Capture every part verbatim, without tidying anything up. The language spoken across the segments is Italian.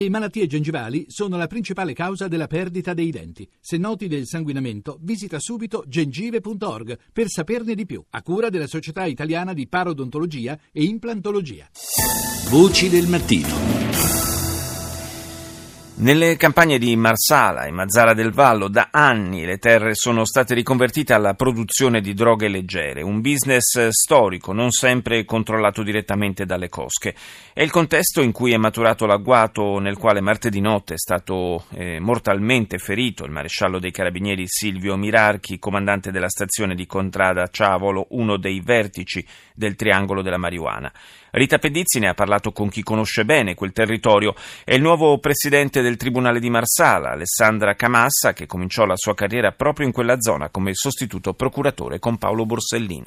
Le malattie gengivali sono la principale causa della perdita dei denti. Se noti del sanguinamento, visita subito gengive punto org per saperne di più, a cura della Società Italiana di Parodontologia e Implantologia. Voci del mattino. Nelle campagne di Marsala e Mazara del Vallo da anni le terre sono state riconvertite alla produzione di droghe leggere, un business storico non sempre controllato direttamente dalle cosche. È il contesto in cui è maturato l'agguato nel quale martedì notte è stato eh, mortalmente ferito il maresciallo dei carabinieri Silvio Mirarchi, comandante della stazione di Contrada Ciavolo, uno dei vertici del triangolo della marijuana. Rita Pedizzi ne ha parlato con chi conosce bene quel territorio. È il nuovo presidente del Tribunale di Marsala, Alessandra Camassa, che cominciò la sua carriera proprio in quella zona come sostituto procuratore con Paolo Borsellino.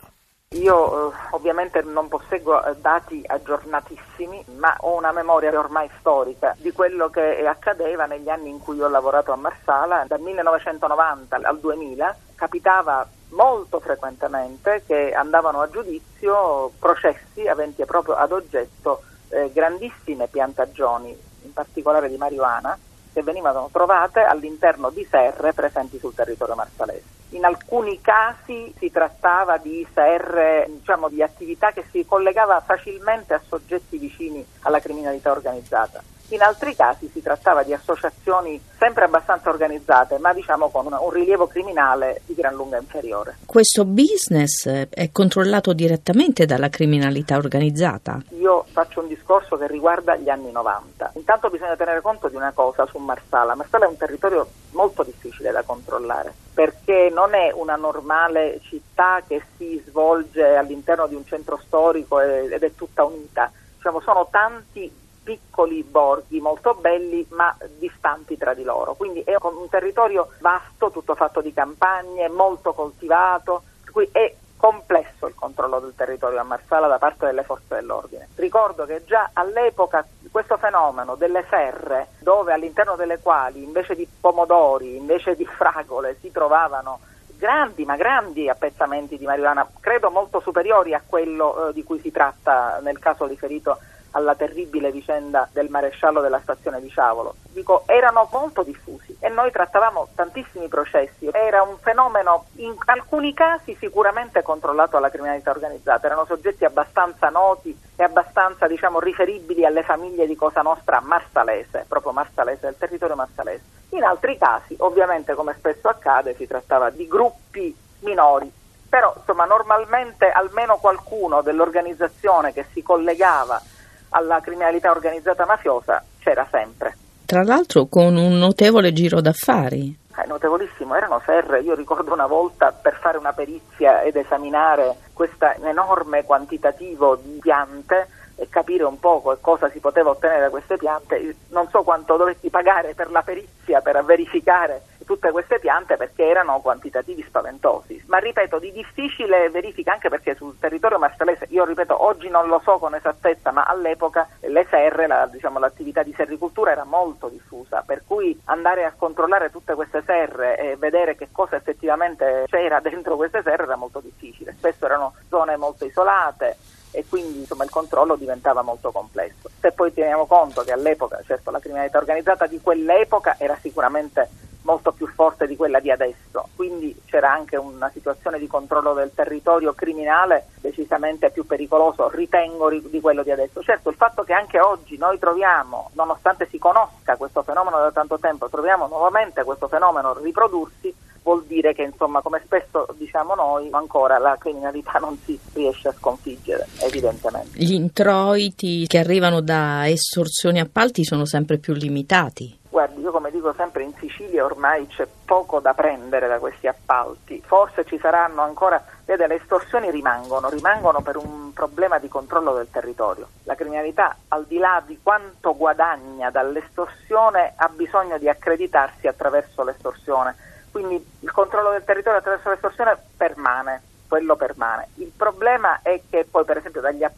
Io eh, ovviamente non posseggo eh, dati aggiornatissimi, ma ho una memoria ormai storica di quello che accadeva negli anni in cui ho lavorato a Marsala. Dal millenovecentonovanta al duemila capitava molto frequentemente che andavano a giudizio processi aventi proprio ad oggetto eh, grandissime piantagioni, in particolare di marijuana, che venivano trovate all'interno di serre presenti sul territorio marsalese. In alcuni casi si trattava di serre, diciamo, di attività che si collegava facilmente a soggetti vicini alla criminalità organizzata. In altri casi si trattava di associazioni sempre abbastanza organizzate, ma diciamo con un rilievo criminale di gran lunga inferiore. Questo business è controllato direttamente dalla criminalità organizzata? Io faccio un discorso che riguarda gli anni novanta. Intanto bisogna tenere conto di una cosa su Marsala. Marsala è un territorio molto difficile da controllare, perché non è una normale città che si svolge all'interno di un centro storico ed è tutta unita. Diciamo, sono tanti piccoli borghi molto belli ma distanti tra di loro, quindi è un territorio vasto, tutto fatto di campagne, molto coltivato, per cui è complesso il controllo del territorio a Marsala da parte delle forze dell'ordine. Ricordo che già all'epoca questo fenomeno delle serre, dove all'interno delle quali invece di pomodori, invece di fragole si trovavano grandi, ma grandi appezzamenti di marijuana, credo molto superiori a quello eh, di cui si tratta nel caso riferito alla terribile vicenda del maresciallo della stazione di Ciavolo. Dico, erano molto diffusi e noi trattavamo tantissimi processi. Era un fenomeno in alcuni casi sicuramente controllato dalla criminalità organizzata, erano soggetti abbastanza noti e abbastanza, diciamo, riferibili alle famiglie di Cosa Nostra marsalese, proprio marsalese, del territorio marsalese. In altri casi, ovviamente, come spesso accade, si trattava di gruppi minori, però insomma normalmente almeno qualcuno dell'organizzazione che si collegava alla criminalità organizzata mafiosa c'era sempre. Tra l'altro con un notevole giro d'affari. È notevolissimo, erano serre. Io ricordo una volta, per fare una perizia ed esaminare questo enorme quantitativo di piante e capire un po' cosa si poteva ottenere da queste piante, non so quanto dovetti pagare per la perizia per verificare tutte queste piante, perché erano quantitativi spaventosi, ma ripeto di difficile verifica, anche perché sul territorio marsalese, io ripeto oggi non lo so con esattezza, ma all'epoca le serre, la, diciamo, l'attività di serricultura era molto diffusa, per cui andare a controllare tutte queste serre e vedere che cosa effettivamente c'era dentro queste serre era molto difficile. Spesso erano zone molto isolate e quindi insomma il controllo diventava molto complesso. Se poi teniamo conto che all'epoca, certo, la criminalità organizzata di quell'epoca era sicuramente molto più forte di quella di adesso, quindi c'era anche una situazione di controllo del territorio criminale decisamente più pericoloso, ritengo, di quello di adesso. Certo, il fatto che anche oggi noi troviamo, nonostante si conosca questo fenomeno da tanto tempo, troviamo nuovamente questo fenomeno riprodursi, vuol dire che, insomma, come spesso diciamo noi, ancora la criminalità non si riesce a sconfiggere, evidentemente. Gli introiti che arrivano da estorsioni e appalti sono sempre più limitati. Guardi, io come dico sempre, in Sicilia ormai c'è poco da prendere da questi appalti. Forse ci saranno ancora, vede, le estorsioni rimangono, rimangono per un problema di controllo del territorio. La criminalità, al di là di quanto guadagna dall'estorsione, ha bisogno di accreditarsi attraverso l'estorsione. Quindi il controllo del territorio attraverso l'estorsione permane, quello permane. Il problema è che poi, per esempio, dagli appalti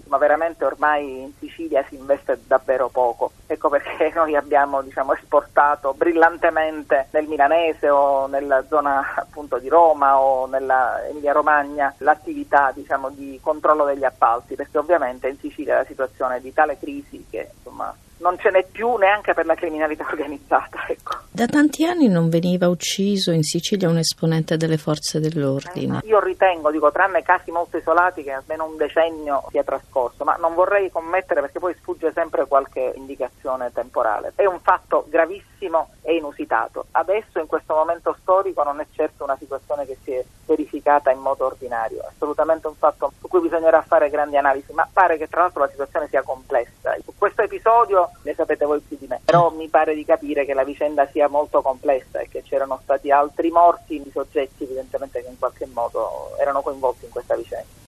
ma veramente ormai in Sicilia si investe davvero poco. Ecco perché noi abbiamo diciamo esportato brillantemente nel milanese o nella zona appunto di Roma o nella Emilia Romagna l'attività diciamo di controllo degli appalti, perché ovviamente in Sicilia la situazione è di tale crisi che insomma non ce n'è più neanche per la criminalità organizzata, ecco. Da tanti anni non veniva ucciso in Sicilia un esponente delle forze dell'ordine. Eh, io ritengo, dico, tranne casi molto isolati, che almeno un decennio sia trascorso, ma non vorrei commettere perché poi sfugge sempre qualche indicazione temporale. È un fatto gravissimo e inusitato. Adesso, in questo momento storico, non è certo una situazione che si è verificata in modo ordinario, è assolutamente un fatto su cui bisognerà fare grandi analisi, ma pare che tra l'altro la situazione sia complessa. Su questo episodio ne sapete voi più di me, però mi pare di capire che la vicenda sia molto complessa e che c'erano stati altri morti di soggetti evidentemente che in qualche modo erano coinvolti in questa vicenda.